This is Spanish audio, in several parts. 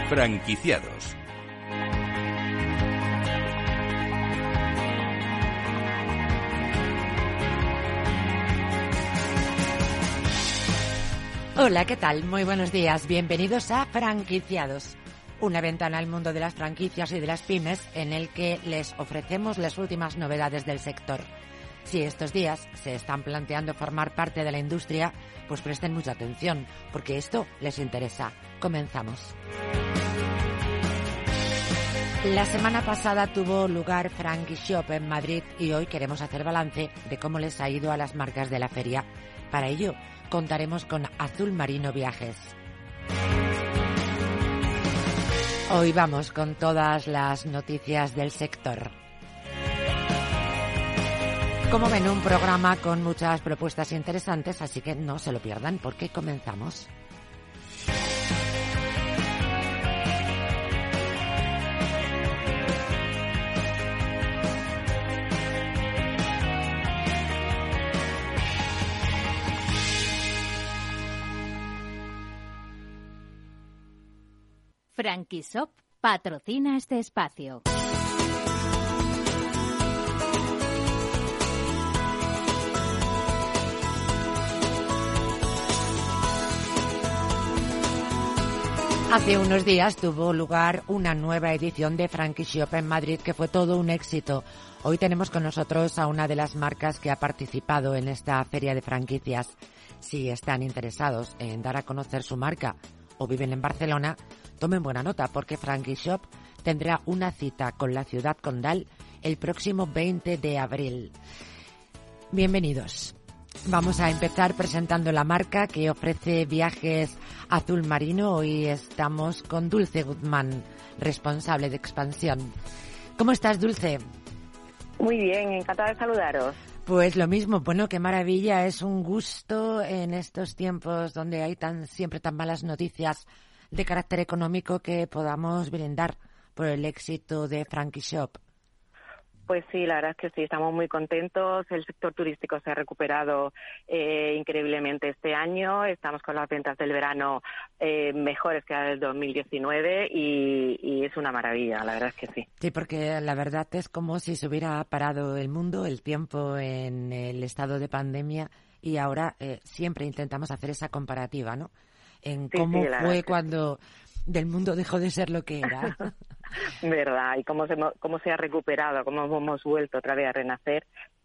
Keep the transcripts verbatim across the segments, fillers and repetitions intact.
Franquiciados. Hola, ¿qué tal? Muy buenos días. Bienvenidos a Franquiciados, una ventana al mundo de las franquicias y de las pymes en el que les ofrecemos las últimas novedades del sector. Si estos días se están planteando formar parte de la industria, pues presten mucha atención, porque esto les interesa. Comenzamos. La semana pasada tuvo lugar Frankie Shop en Madrid y hoy queremos hacer balance de cómo les ha ido a las marcas de la feria. Para ello, contaremos con Azul Marino Viajes. Hoy vamos con todas las noticias del sector. Como ven, un programa con muchas propuestas interesantes, así que no se lo pierdan porque comenzamos. Frankie Shop patrocina este espacio. Hace unos días tuvo lugar una nueva edición de Frankie Shop en Madrid que fue todo un éxito. Hoy tenemos con nosotros a una de las marcas que ha participado en esta feria de franquicias. Si están interesados en dar a conocer su marca o viven en Barcelona, tomen buena nota porque Frankie Shop tendrá una cita con la ciudad condal el próximo veinte de abril. Bienvenidos. Vamos a empezar presentando la marca que ofrece viajes Azul Marino. Hoy estamos con Dulce Guzmán, responsable de expansión. ¿Cómo estás, Dulce? Muy bien, encantada de saludaros. Pues lo mismo, bueno, qué maravilla, es un gusto en estos tiempos donde hay tan siempre tan malas noticias de carácter económico que podamos brindar por el éxito de Frankie Shop. Pues sí, la verdad es que sí, estamos muy contentos. El sector turístico se ha recuperado eh, increíblemente este año. Estamos con las ventas del verano eh, mejores que las del dos mil diecinueve y, y es una maravilla, la verdad es que sí. Sí, porque la verdad es como si se hubiera parado el mundo, el tiempo en el estado de pandemia y ahora eh, siempre intentamos hacer esa comparativa, ¿no? En sí, cómo sí, fue cuando del mundo dejó de ser lo que era. Verdad, y cómo se, cómo se ha recuperado, cómo hemos vuelto otra vez a renacer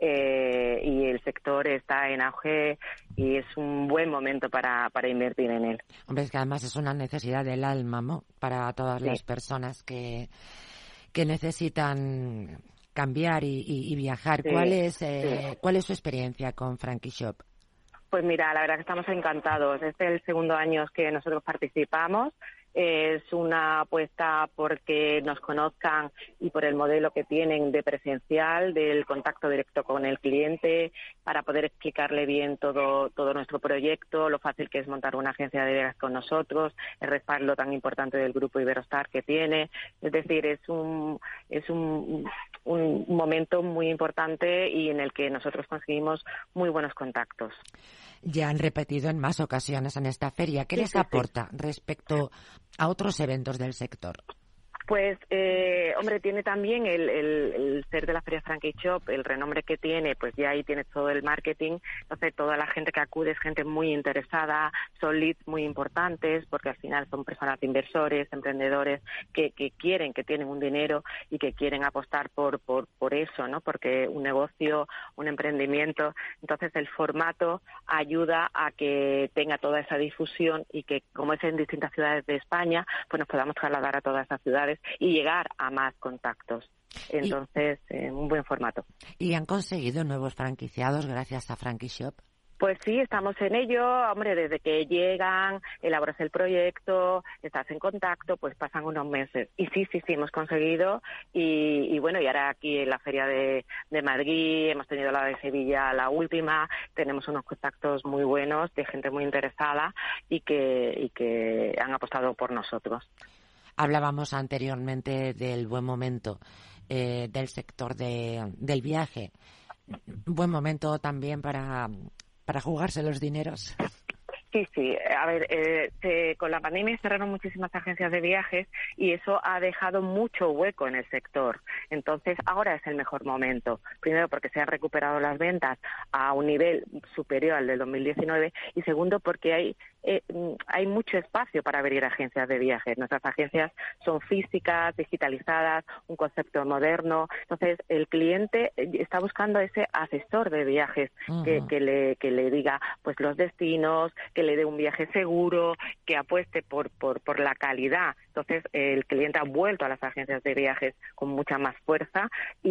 eh, y el sector está en auge y es un buen momento para, para invertir en él. Hombre, es que además es una necesidad del alma, ¿no? Para todas sí. las personas que, que necesitan cambiar y, y, y viajar. Sí, ¿Cuál es, eh, sí. ¿Cuál es su experiencia con Frankie Shop? Pues mira, la verdad que estamos encantados. Este es el segundo año que nosotros participamos. Es una apuesta porque nos conozcan y por el modelo que tienen de presencial, del contacto directo con el cliente, para poder explicarle bien todo todo nuestro proyecto, lo fácil que es montar una agencia de viajes con nosotros, el respaldo tan importante del grupo Iberostar que tiene. Es decir, es un es un, un momento muy importante y en el que nosotros conseguimos muy buenos contactos. Ya han repetido en más ocasiones en esta feria. ¿Qué sí, les sí, aporta sí. respecto a otros eventos del sector? Pues, eh, hombre, tiene también el, el, el ser de la Feria Frankie Shop, el renombre que tiene, pues ya ahí tiene todo el marketing. Entonces, toda la gente que acude es gente muy interesada, son leads muy importantes, porque al final son personas inversores, emprendedores, que, que quieren, que tienen un dinero y que quieren apostar por, por, por eso, ¿no? Porque un negocio, un emprendimiento, entonces el formato ayuda a que tenga toda esa difusión y que, como es en distintas ciudades de España, pues nos podamos trasladar a todas esas ciudades y llegar a más contactos. Entonces, y, eh, un buen formato. ¿Y han conseguido nuevos franquiciados gracias a Frankie Shop? Pues sí, estamos en ello. Hombre, desde que llegan, elaboras el proyecto, estás en contacto, pues pasan unos meses. Y sí, sí, sí, hemos conseguido. Y, y bueno, y ahora aquí en la Feria de, de Madrid, hemos tenido la de Sevilla, la última, tenemos unos contactos muy buenos de gente muy interesada y que, y que han apostado por nosotros. Hablábamos anteriormente del buen momento eh, del sector de, del viaje. Buen momento también para, para jugarse los dineros. Sí, sí. A ver, eh, se, con la pandemia cerraron muchísimas agencias de viajes y eso ha dejado mucho hueco en el sector. Entonces, ahora es el mejor momento. Primero, porque se han recuperado las ventas a un nivel superior al del dos mil diecinueve y segundo, porque hay eh, hay mucho espacio para abrir agencias de viajes. Nuestras agencias son físicas, digitalizadas, un concepto moderno. Entonces, el cliente está buscando ese asesor de viajes uh-huh. que, que le que le diga pues los destinos, que le dé un viaje seguro, que apueste por, por, por la calidad. Entonces, el cliente ha vuelto a las agencias de viajes con mucha más fuerza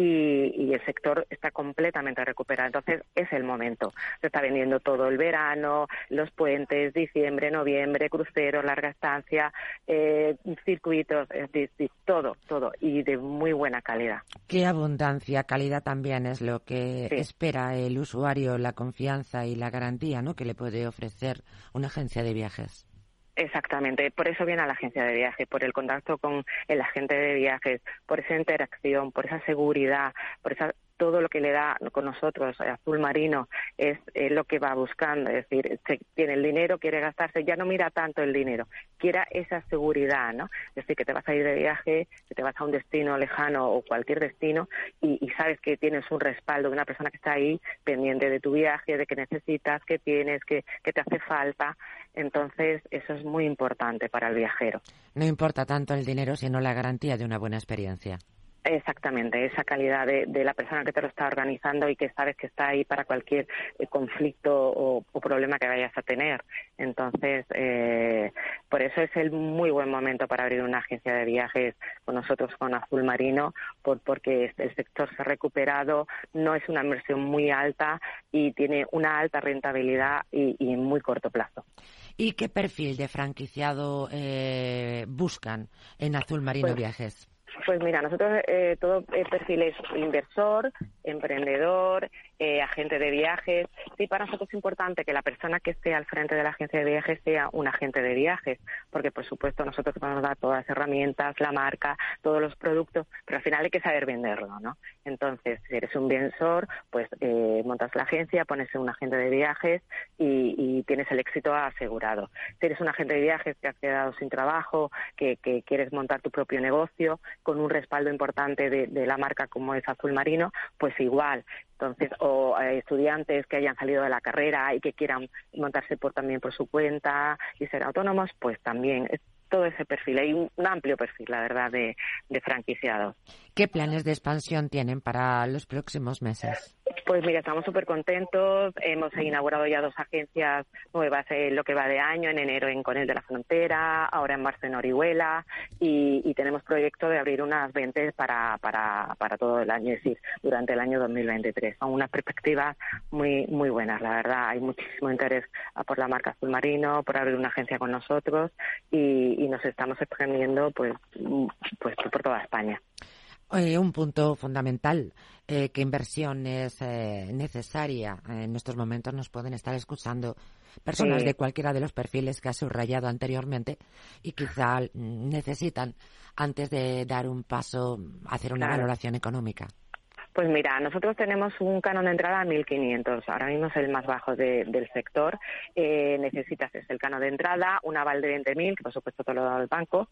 y, y el sector está completamente recuperado. Entonces, es el momento. Se está vendiendo todo el verano, los puentes, diciembre, noviembre, cruceros, larga estancia, eh, circuitos, es decir, todo, todo, y de muy buena calidad. Qué abundancia, calidad también es lo que sí. espera el usuario, la confianza y la garantía, ¿no?, que le puede ofrecer una agencia de viajes. Exactamente, por eso viene a la agencia de viajes, por el contacto con el agente de viajes, por esa interacción, por esa seguridad, por esa todo lo que le da con nosotros Azul Marino es eh, lo que va buscando, es decir, se, tiene el dinero, quiere gastarse, ya no mira tanto el dinero, quiera esa seguridad, ¿no? Es decir, que te vas a ir de viaje, que te vas a un destino lejano o cualquier destino y, y sabes que tienes un respaldo de una persona que está ahí pendiente de tu viaje, de qué necesitas, qué tienes, qué, qué te hace falta. Entonces, eso es muy importante para el viajero. No importa tanto el dinero, sino la garantía de una buena experiencia. Exactamente, esa calidad de, de la persona que te lo está organizando y que sabes que está ahí para cualquier eh, conflicto o, o problema que vayas a tener. Entonces, eh, por eso es el muy buen momento para abrir una agencia de viajes con nosotros, con Azul Marino, por, porque el sector se ha recuperado, no es una inversión muy alta y tiene una alta rentabilidad y, y en muy corto plazo. ¿Y qué perfil de franquiciado eh, buscan en Azul Marino pues, Viajes? Pues mira, nosotros eh, todo el perfil es inversor, emprendedor, eh, agente de viajes. Sí, para nosotros es importante que la persona que esté al frente de la agencia de viajes sea un agente de viajes, porque por supuesto nosotros nos da todas las herramientas, la marca, todos los productos, pero al final hay que saber venderlo, ¿no? Entonces, si eres un inversor, pues eh, montas la agencia, pones un agente de viajes y, y tienes el éxito asegurado. Si eres un agente de viajes que has quedado sin trabajo, que, que quieres montar tu propio negocio, con un respaldo importante de, de la marca como es Azul Marino, pues igual. Entonces, o eh, estudiantes que hayan salido de la carrera y que quieran montarse por también por su cuenta y ser autónomos, pues también es todo ese perfil. Hay un, un amplio perfil, la verdad, de, de franquiciados. ¿Qué planes de expansión tienen para los próximos meses? Pues mira, estamos súper contentos. Hemos inaugurado ya dos agencias nuevas en lo que va de año, en enero en Conil de la Frontera, ahora en Barcelona, Orihuela, y, y tenemos proyecto de abrir unas veinte para, para, para todo el año, es decir, durante el año dos mil veintitrés. Son unas perspectivas muy muy buenas, la verdad. Hay muchísimo interés por la marca Azul Marino, por abrir una agencia con nosotros y, y nos estamos expandiendo pues, pues por toda España. Eh, un punto fundamental, eh, qué inversión es eh, necesaria. En estos momentos nos pueden estar escuchando personas sí. de cualquiera de los perfiles que has subrayado anteriormente y quizá necesitan, antes de dar un paso, hacer una claro. valoración económica. Pues mira, nosotros tenemos un canon de entrada a mil quinientos, ahora mismo es el más bajo de, del sector. Eh, necesitas es el canon de entrada, un aval de veinte mil, que por supuesto te lo da el banco,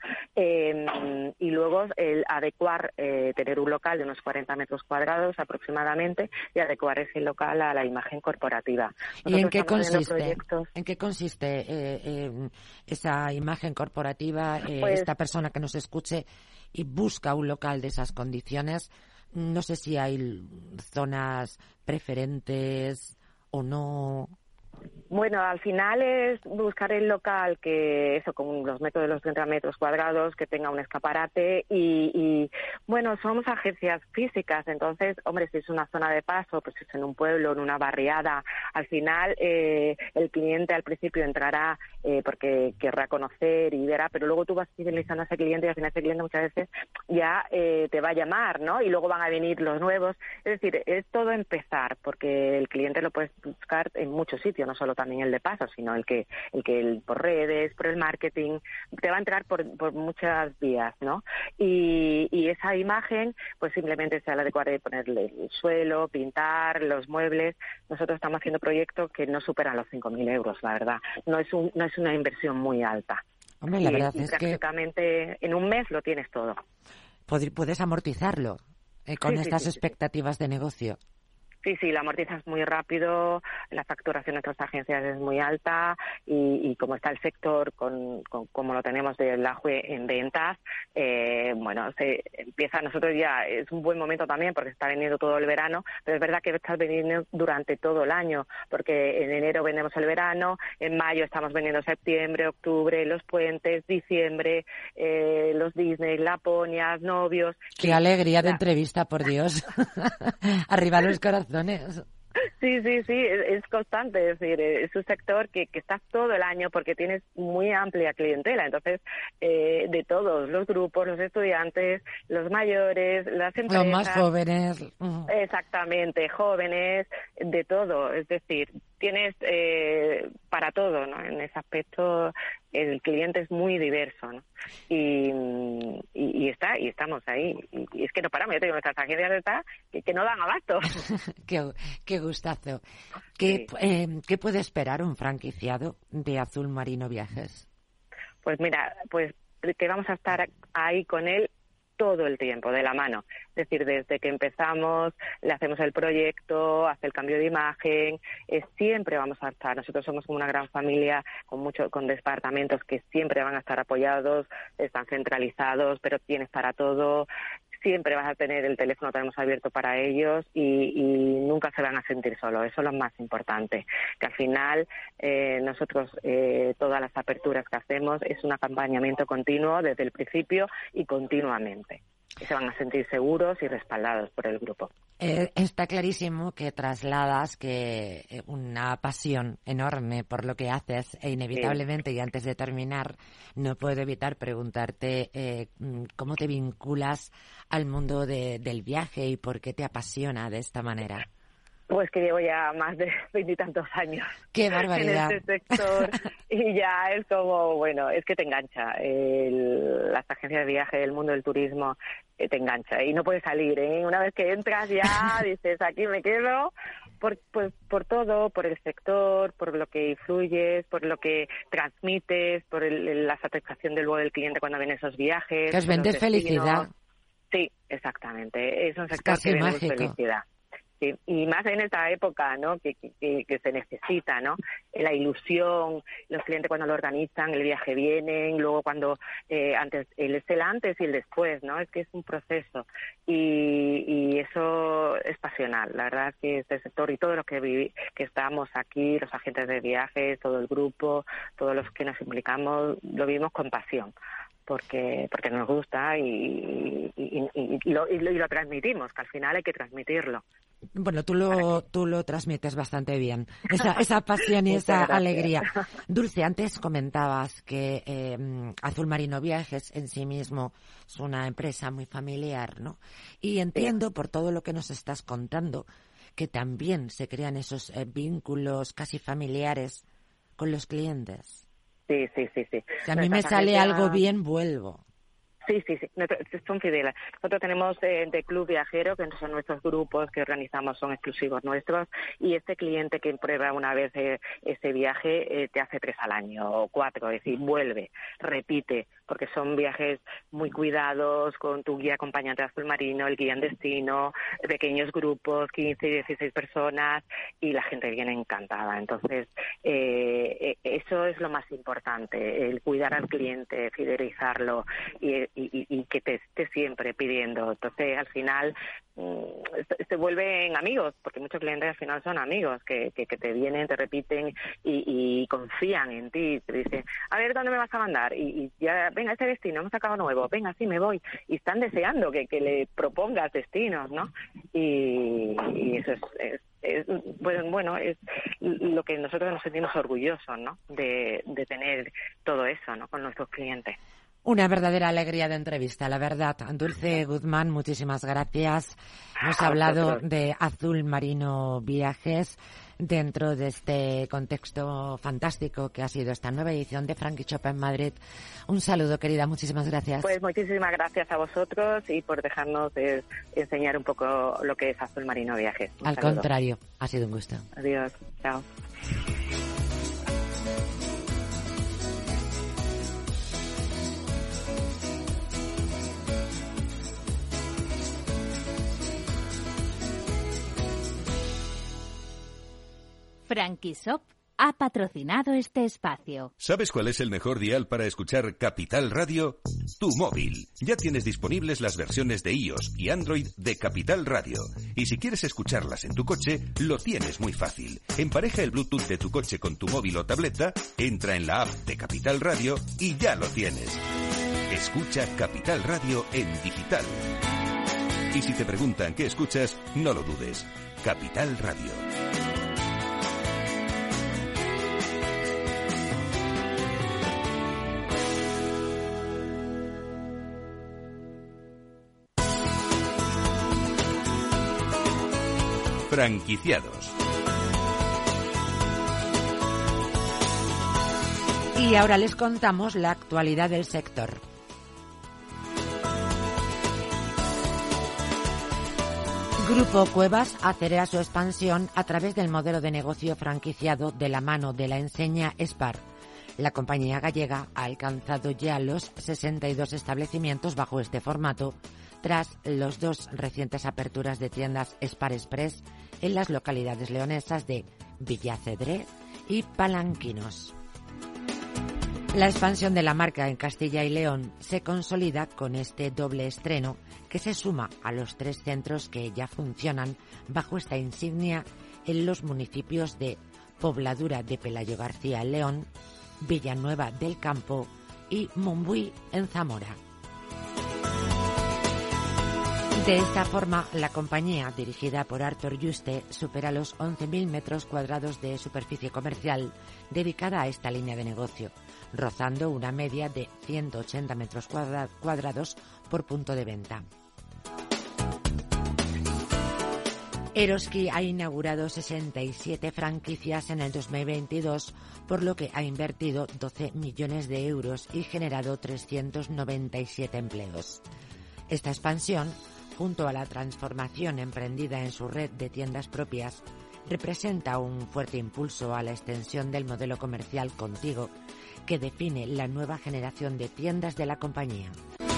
eh, y luego el adecuar, eh, tener un local de unos cuarenta metros cuadrados aproximadamente y adecuar ese local a la imagen corporativa. Nosotros ¿Y en qué consiste? ¿En qué consiste eh, eh, esa imagen corporativa? Eh, pues, esta persona que nos escuche y busca un local de esas condiciones. No sé si hay zonas preferentes o no. Bueno, al final es buscar el local que, eso, con los metros de los treinta metros cuadrados, que tenga un escaparate y, y, bueno, somos agencias físicas, entonces, hombre, si es una zona de paso, pues es en un pueblo, en una barriada, al final eh, el cliente al principio entrará eh, porque querrá conocer y verá, pero luego tú vas fidelizando a ese cliente y al final ese cliente muchas veces ya eh, te va a llamar, ¿no? Y luego van a venir los nuevos, es decir, es todo empezar, porque el cliente lo puedes buscar en muchos sitios, no solo también el de paso, sino el que el que el, por redes, por el marketing, te va a entrar por, por muchas vías, ¿no? Y, y esa imagen, pues simplemente sea la adecuada de ponerle el suelo, pintar, los muebles. Nosotros estamos haciendo proyectos que no superan los cinco mil euros, la verdad. No es un, no es una inversión muy alta. Hombre, la y, verdad y es prácticamente que en un mes lo tienes todo. Puedes amortizarlo eh, con sí, estas sí, sí, expectativas sí. de negocio. Sí, sí, la amortizas muy rápido, la facturación de nuestras agencias es muy alta y, y como está el sector, con, con como lo tenemos de la J U E en ventas, eh, bueno, se empieza, nosotros ya, es un buen momento también porque se está vendiendo todo el verano, pero es verdad que está vendiendo durante todo el año, porque en enero vendemos el verano, en mayo estamos vendiendo septiembre, octubre, los puentes, diciembre, eh, los Disney, Laponias, novios. ¡Qué sí, alegría de la... entrevista, por Dios! Arriba los corazones. Sí, sí, sí, es, es constante, es decir, es un sector que, que está todo el año porque tienes muy amplia clientela, entonces, eh, de todos, los grupos, los estudiantes, los mayores, las empresas... Los más jóvenes. Exactamente, jóvenes, de todo, es decir, tienes eh, para todo, ¿no? En ese aspecto el cliente es muy diverso, ¿no? Y, y, y está, y estamos ahí. Y, y es que no paramos, yo te digo, nuestras agencias están que, que no dan abasto. qué, qué gustazo. ¿Qué, sí. eh, ¿Qué puede esperar un franquiciado de Azul Marino Viajes? Pues mira, pues que vamos a estar ahí con él todo el tiempo, de la mano. Es decir, desde que empezamos, le hacemos el proyecto, hace el cambio de imagen, eh, siempre vamos a estar. Nosotros somos como una gran familia con mucho, con departamentos que siempre van a estar apoyados, están centralizados, pero tienes para todo. Siempre vas a tener el teléfono, tenemos abierto para ellos y, y nunca se van a sentir solos. Eso es lo más importante. Que al final eh, nosotros, eh, todas las aperturas que hacemos es un acompañamiento continuo desde el principio y continuamente. Y se van a sentir seguros y respaldados por el grupo. Eh, está clarísimo que trasladas que una pasión enorme por lo que haces e inevitablemente, sí. Y antes de terminar, no puedo evitar preguntarte eh, cómo te vinculas al mundo de, del viaje y por qué te apasiona de esta manera. Pues que llevo ya más de veintitantos años. ¡Qué barbaridad! En este sector y ya es como, bueno, es que te engancha. El, las agencias de viaje, el mundo del turismo, eh, te engancha y no puedes salir, ¿eh? Una vez que entras ya dices, aquí me quedo, por, pues, por todo, por el sector, por lo que influyes, por lo que transmites, por el, la satisfacción del vuelo del cliente cuando ven esos viajes. Que os vendes felicidad. Sí, exactamente. Es un sector es casi que vende mágico. Felicidad. Sí, y más en esta época, ¿no? Que, que, que se necesita, ¿no? La ilusión, los clientes cuando lo organizan, el viaje vienen, luego cuando eh, antes el es el antes y el después, ¿no? Es que es un proceso y, y eso es pasional. La verdad es que este sector y todos los que viví, que estamos aquí, los agentes de viajes, todo el grupo, todos los que nos implicamos, lo vivimos con pasión. porque porque nos gusta y, y, y, y, lo, y, lo, y lo transmitimos, que al final hay que transmitirlo. Bueno, tú lo tú lo transmites bastante bien, esa esa pasión y esa gracias. Alegría. Dulce, antes comentabas que eh, Azul Marino Viajes en sí mismo es una empresa muy familiar, ¿no? Y entiendo, sí. Por todo lo que nos estás contando, que también se crean esos eh, vínculos casi familiares con los clientes. Sí, sí, sí, sí. Si a mí me sale agencia... algo bien, vuelvo. Sí, sí, sí, son fieles. Nosotros tenemos eh, de Club Viajero, que son nuestros grupos que organizamos, son exclusivos nuestros, y este cliente que prueba una vez eh, ese viaje eh, te hace tres al año o cuatro, es decir, vuelve, repite, porque son viajes muy cuidados, con tu guía acompañante de Azul Marino, el guía en destino, pequeños grupos, quince, dieciséis personas, y la gente viene encantada. Entonces, eh, eso es lo más importante, el cuidar al cliente, fidelizarlo y Y, y que te esté siempre pidiendo. Entonces, al final, mmm, se vuelven amigos, porque muchos clientes al final son amigos, que, que, que te vienen, te repiten y, y confían en ti. Te dicen, a ver, ¿dónde me vas a mandar? Y, y ya, venga, este destino, hemos sacado nuevo, venga, sí, me voy. Y están deseando que, que le propongas destinos, ¿no? Y, y eso es... es Es, pues, bueno, es lo que nosotros nos sentimos orgullosos, ¿no? De, de tener todo eso, ¿no? Con nuestros clientes. Una verdadera alegría de entrevista, la verdad. Dulce Guzmán, muchísimas gracias. Nos ha hablado de Azul Marino Viajes dentro de este contexto fantástico que ha sido esta nueva edición de Frankie Shop en Madrid. Un saludo, querida, muchísimas gracias. Pues muchísimas gracias a vosotros y por dejarnos eh, enseñar un poco lo que es Azul Marino Viajes. Un Al saludo. contrario, ha sido un gusto. Adiós, chao. Frankie Shop ha patrocinado este espacio. ¿Sabes cuál es el mejor dial para escuchar Capital Radio? Tu móvil. Ya tienes disponibles las versiones de iOS y Android de Capital Radio. Y si quieres escucharlas en tu coche, lo tienes muy fácil. Empareja el Bluetooth de tu coche con tu móvil o tableta, entra en la app de Capital Radio y ya lo tienes. Escucha Capital Radio en digital. Y si te preguntan qué escuchas, no lo dudes. Capital Radio. Franquiciados. Y ahora les contamos la actualidad del sector. Grupo Cuevas acelera su expansión a través del modelo de negocio franquiciado de la mano de la enseña Spar. La compañía gallega ha alcanzado ya los sesenta y dos establecimientos bajo este formato, tras los dos recientes aperturas de tiendas Spar Express en las localidades leonesas de Villacedré y Palanquinos. La expansión de la marca en Castilla y León se consolida con este doble estreno que se suma a los tres centros que ya funcionan bajo esta insignia en los municipios de Pobladura de Pelayo García en León, Villanueva del Campo y Monbuí en Zamora. De esta forma, la compañía, dirigida por Artur Juste, supera los once mil metros cuadrados de superficie comercial dedicada a esta línea de negocio, rozando una media de ciento ochenta metros cuadrados por punto de venta. Eroski ha inaugurado sesenta y siete franquicias en el dos mil veintidós, por lo que ha invertido doce millones de euros y generado trescientos noventa y siete empleos. Esta expansión, junto a la transformación emprendida en su red de tiendas propias, representa un fuerte impulso a la extensión del modelo comercial Contigo, que define la nueva generación de tiendas de la compañía.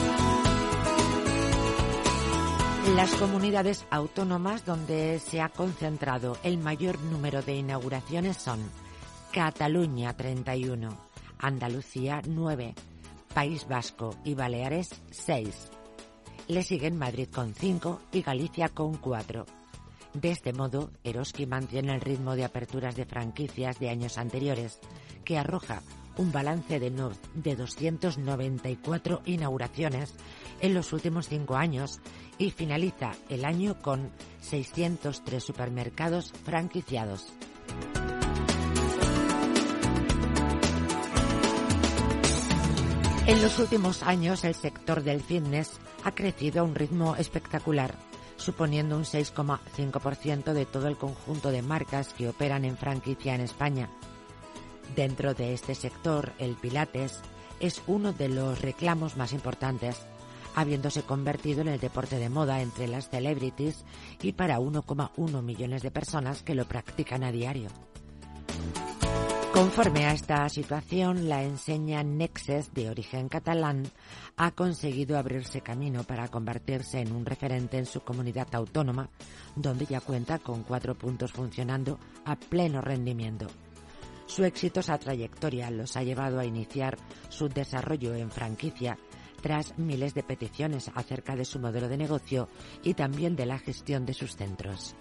Las comunidades autónomas donde se ha concentrado el mayor número de inauguraciones son Cataluña treinta y uno, Andalucía nueve, País Vasco y Baleares seis. Le siguen Madrid con cinco y Galicia con cuatro. De este modo, Eroski mantiene el ritmo de aperturas de franquicias de años anteriores, que arroja un balance de, no, de doscientas noventa y cuatro inauguraciones en los últimos cinco años y finaliza el año con seiscientos tres supermercados franquiciados. En los últimos años, el sector del fitness ha crecido a un ritmo espectacular, suponiendo un seis coma cinco por ciento de todo el conjunto de marcas que operan en franquicia en España. Dentro de este sector, el Pilates es uno de los reclamos más importantes, habiéndose convertido en el deporte de moda entre las celebrities y para uno coma uno millones de personas que lo practican a diario. Conforme a esta situación, la enseña Nexes, de origen catalán, ha conseguido abrirse camino para convertirse en un referente en su comunidad autónoma, donde ya cuenta con cuatro puntos funcionando a pleno rendimiento. Su exitosa trayectoria los ha llevado a iniciar su desarrollo en franquicia, tras miles de peticiones acerca de su modelo de negocio y también de la gestión de sus centros.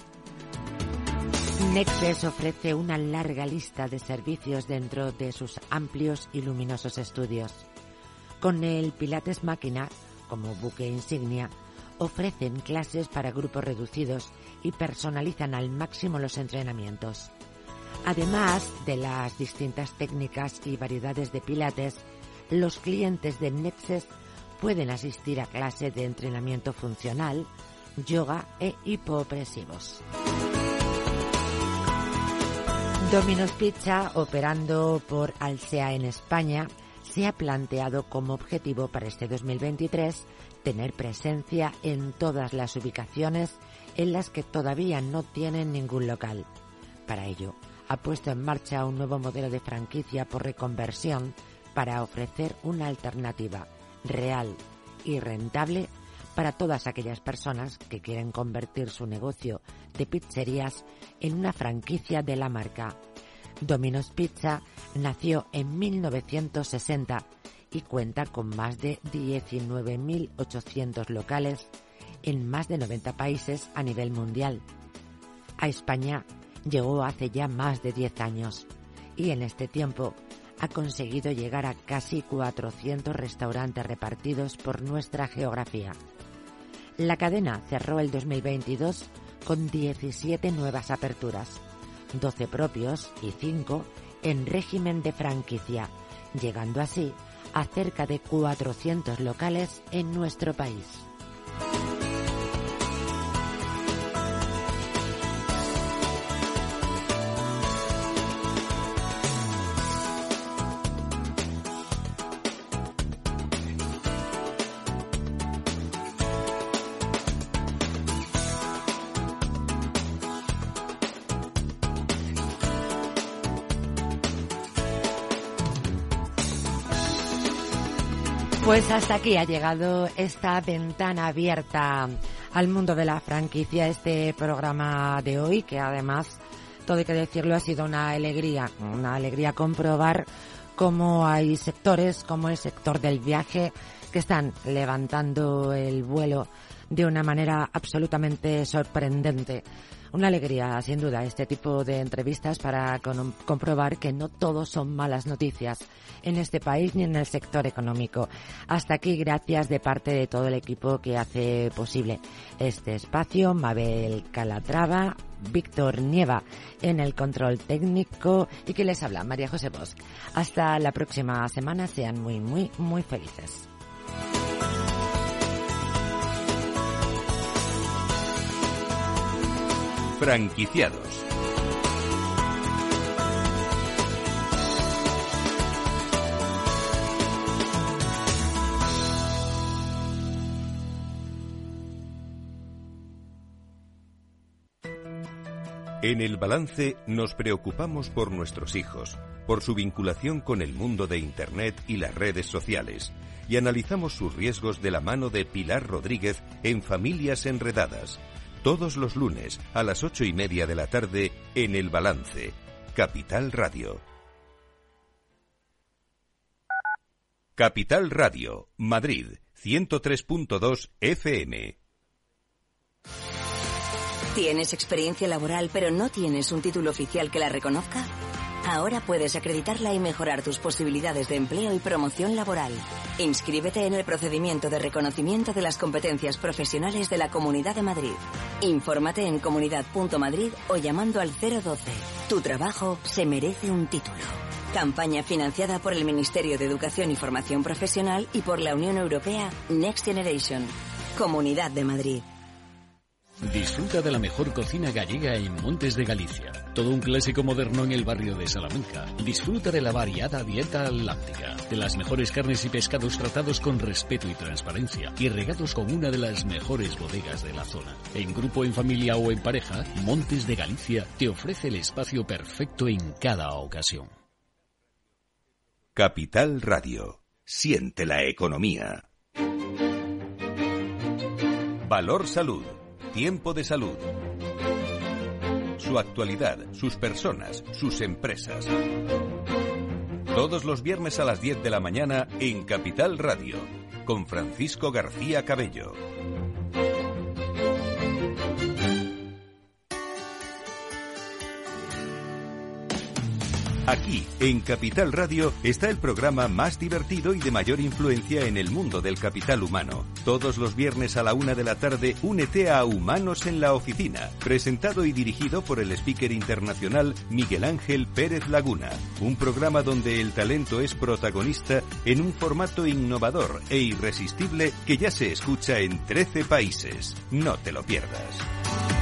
Nexes ofrece una larga lista de servicios dentro de sus amplios y luminosos estudios. Con el Pilates Máquina, como buque insignia, ofrecen clases para grupos reducidos y personalizan al máximo los entrenamientos. Además de las distintas técnicas y variedades de Pilates, los clientes de Nepses pueden asistir a clases de entrenamiento funcional, yoga e hipopresivos. Domino's Pizza, operando por Alsea en España, se ha planteado como objetivo para este dos mil veintitrés tener presencia en todas las ubicaciones en las que todavía no tienen ningún local. Para ello, ha puesto en marcha un nuevo modelo de franquicia por reconversión para ofrecer una alternativa real y rentable para todas aquellas personas que quieren convertir su negocio de pizzerías en una franquicia de la marca. Domino's Pizza nació en mil novecientos sesenta y cuenta con más de diecinueve mil ochocientos locales en más de noventa países a nivel mundial. A España llegó hace ya más de diez años y en este tiempo ha conseguido llegar a casi cuatrocientos restaurantes repartidos por nuestra geografía. La cadena cerró el dos mil veintidós con diecisiete nuevas aperturas, doce propios y cinco en régimen de franquicia, llegando así a cerca de cuatrocientos locales en nuestro país. Pues hasta aquí ha llegado esta ventana abierta al mundo de la franquicia, este programa de hoy, que además, todo hay que decirlo, ha sido una alegría, una alegría comprobar cómo hay sectores, como el sector del viaje, que están levantando el vuelo de una manera absolutamente sorprendente. Una alegría, sin duda, este tipo de entrevistas para con- comprobar que no todo son malas noticias en este país ni en el sector económico. Hasta aquí, gracias de parte de todo el equipo que hace posible este espacio. Mabel Calatrava, Víctor Nieva en el control técnico y que les habla, María José Bosch. Hasta la próxima semana, sean muy, muy, muy felices. Franquiciados. En El Balance nos preocupamos por nuestros hijos, por su vinculación con el mundo de Internet y las redes sociales, y analizamos sus riesgos de la mano de Pilar Rodríguez en Familias Enredadas. Todos los lunes a las ocho y media de la tarde en El Balance, Capital Radio. Capital Radio, Madrid, ciento tres punto dos F M. ¿Tienes experiencia laboral pero no tienes un título oficial que la reconozca? Ahora puedes acreditarla y mejorar tus posibilidades de empleo y promoción laboral. Inscríbete en el procedimiento de reconocimiento de las competencias profesionales de la Comunidad de Madrid. Infórmate en comunidad punto madrid o llamando al cero doce. Tu trabajo se merece un título. Campaña financiada por el Ministerio de Educación y Formación Profesional y por la Unión Europea Next Generation. Comunidad de Madrid. Disfruta de la mejor cocina gallega en Montes de Galicia. Todo un clásico moderno en el barrio de Salamanca. Disfruta de la variada dieta atlántica, de las mejores carnes y pescados tratados con respeto y transparencia y regados con una de las mejores bodegas de la zona. En grupo, en familia o en pareja, Montes de Galicia te ofrece el espacio perfecto en cada ocasión. Capital Radio. Siente la economía. Valor Salud. Tiempo de salud. Su actualidad, sus personas, sus empresas. Todos los viernes a las diez de la mañana en Capital Radio, con Francisco García Cabello. Aquí, en Capital Radio, está el programa más divertido y de mayor influencia en el mundo del capital humano. Todos los viernes a la una de la tarde, únete a Humanos en la Oficina, presentado y dirigido por el speaker internacional Miguel Ángel Pérez Laguna. Un programa donde el talento es protagonista en un formato innovador e irresistible que ya se escucha en trece países. No te lo pierdas.